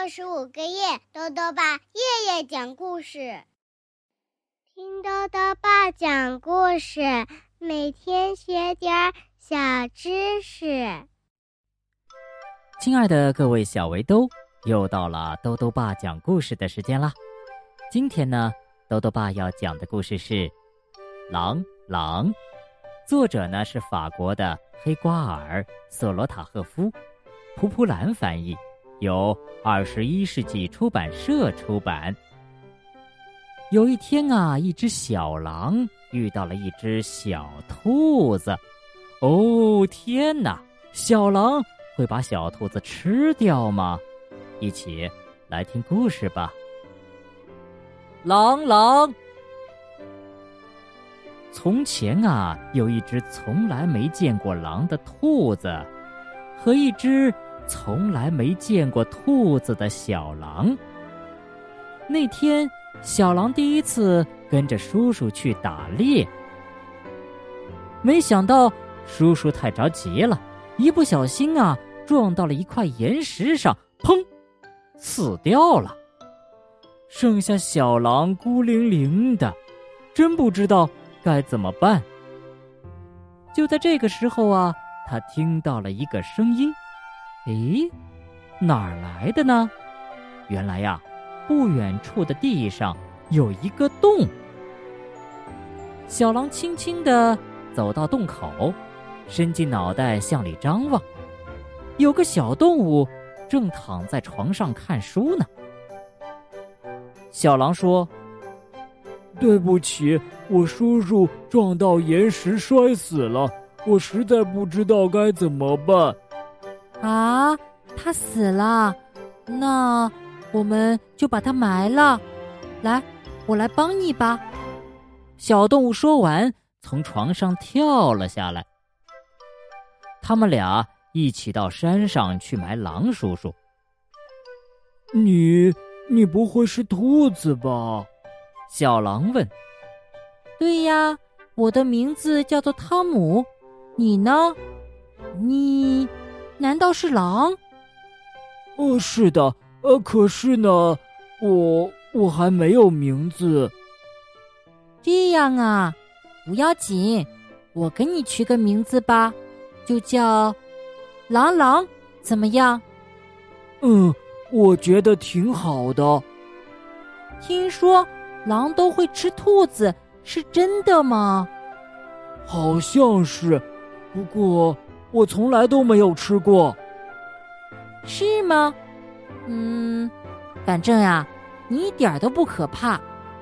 365个夜，豆豆爸夜夜讲故事。听豆豆爸讲故事，每天学点小知识。 亲爱的各位小围兜，又到了豆豆爸讲故事的时间啦。今天呢，豆豆爸要讲的故事是狼，作者呢是法国的黑瓜尔·索罗塔赫夫，蒲蒲兰翻译，由21世纪出版社出版。有一天啊，一只小狼遇到了一只小兔子。哦，天哪！小狼会把小兔子吃掉吗？一起来听故事吧。狼。从前啊，有一只从来没见过狼的兔子和一只从来没见过兔子的小狼。那天，小狼第一次跟着叔叔去打猎，没想到叔叔太着急了，一不小心啊，撞到了一块岩石上，砰，死掉了。剩下小狼孤零零的，真不知道该怎么办。就在这个时候啊，他听到了一个声音。诶，哪儿来的呢？原来呀，不远处的地上有一个洞。小狼轻轻地走到洞口，伸进脑袋向里张望。有个小动物正躺在床上看书呢。小狼说：对不起，我叔叔撞到岩石摔死了，我实在不知道该怎么办。 啊，他死了，那我们就把他埋了。来，我来帮你吧。 小动物说完，从床上跳了下来。他们俩一起到山上去埋狼叔叔。你不会是兔子吧？小狼问。 对呀，我的名字叫做汤姆。你呢？你难道是狼？ 是的，可是呢，我还没有名字。 这样啊，不要紧，我给你取个名字吧，就叫狼，怎么样？ 我觉得挺好的。 听说狼都会吃兔子，是真的吗？ 好像是，不过我从来都没有吃过。 是吗？反正呀，你一点都不可怕。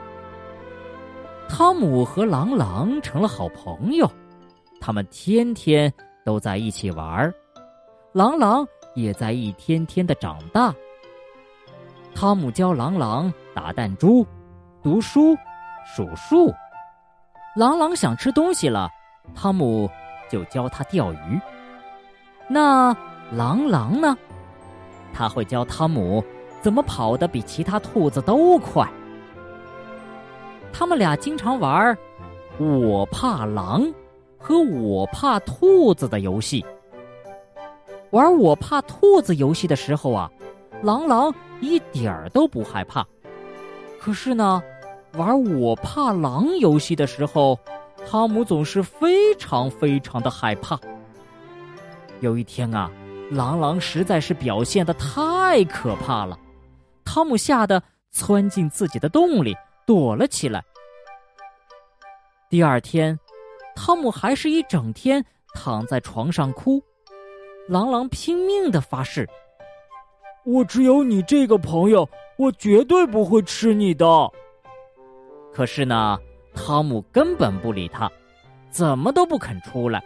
汤姆和狼成了好朋友，他们天天都在一起玩，狼也在一天天的长大。汤姆教狼打弹珠、读书、数数。狼想吃东西了，汤姆就教他钓鱼。那狼呢？他会教汤姆怎么跑得比其他兔子都快。他们俩经常玩我怕狼和我怕兔子的游戏。玩我怕兔子游戏的时候啊，狼一点儿都不害怕。可是呢，玩我怕狼游戏的时候，汤姆总是非常的害怕。有一天啊，狼实在是表现得太可怕了，汤姆吓得窜进自己的洞里躲了起来。第二天，汤姆还是一整天躺在床上哭。狼拼命地发誓：我只有你这个朋友，我绝对不会吃你的。可是呢，汤姆根本不理他，怎么都不肯出来。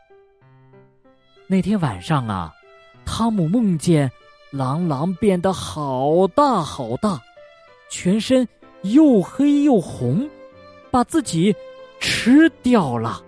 那天晚上啊，汤姆梦见狼变得好大，全身又黑又红，把自己吃掉了。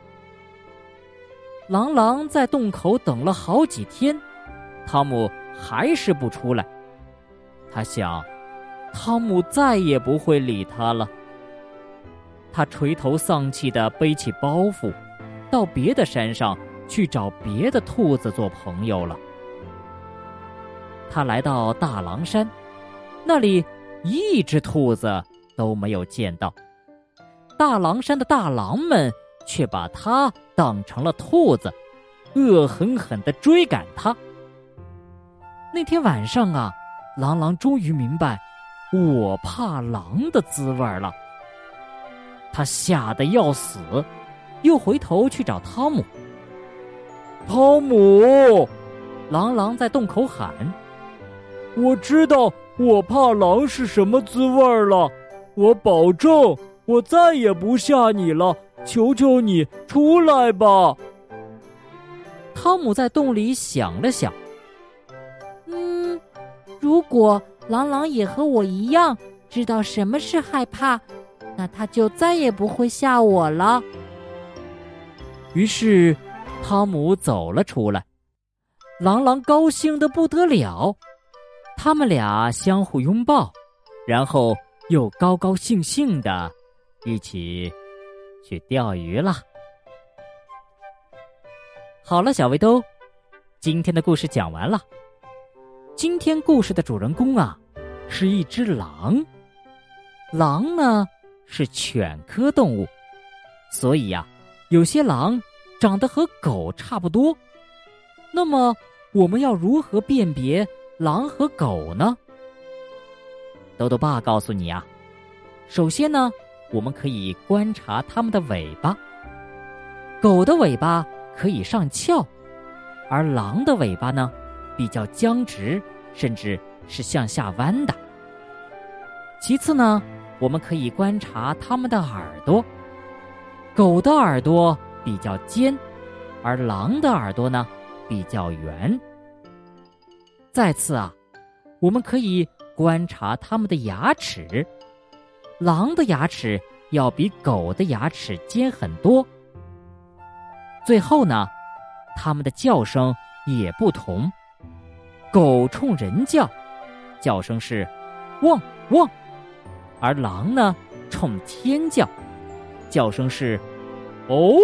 狼在洞口等了好几天，汤姆还是不出来。他想，汤姆再也不会理他了。他垂头丧气地背起包袱，到别的山上去找别的兔子做朋友了。 他来到大狼山，那里一只兔子都没有见到。大狼山的大狼们却把他当成了兔子，恶狠狠地追赶他。那天晚上啊，郎朗终于明白我怕狼的滋味了。他吓得要死，又回头去找汤姆。汤姆，郎朗在洞口喊，我知道我怕狼是什么滋味了，我保证我再也不吓你了，求求你出来吧。汤姆在洞里想了想， 如果郎朗也和我一样知道什么是害怕，那他就再也不会吓我了。 于是汤姆走了出来，郎朗高兴得不得了，他们俩相互拥抱，然后又高高兴兴地一起去钓鱼了。好了，小围兜，今天的故事讲完了。今天故事的主人公啊，是一只狼。狼呢，是犬科动物，所以呀，有些狼长得和狗差不多。那么，我们要如何辨别狼和狗呢？豆豆爸告诉你啊，首先呢，我们可以观察它们的尾巴。狗的尾巴可以上翘，而狼的尾巴呢，比较僵直，甚至是向下弯的。其次呢，我们可以观察它们的耳朵。狗的耳朵比较尖，而狼的耳朵呢，比较圆。再次啊，我们可以观察它们的牙齿。狼的牙齿要比狗的牙齿尖很多。最后呢，它们的叫声也不同。狗冲人叫，叫声是汪汪，而狼呢冲天叫，叫声是哦。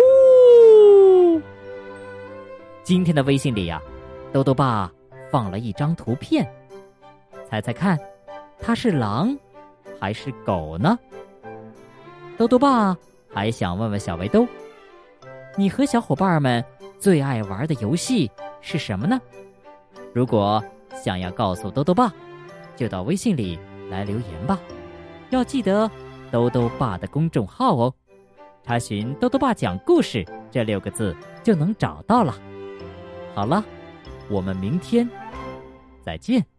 今天的微信里呀，豆豆爸放了一张图片，猜猜看，它是狼还是狗呢？豆豆爸还想问问小围兜，你和小伙伴们最爱玩的游戏是什么呢？如果想要告诉豆豆爸，就到微信里来留言吧。要记得豆豆爸的公众号哦，查询豆豆爸讲故事这6个字就能找到了。好了，我们明天再见。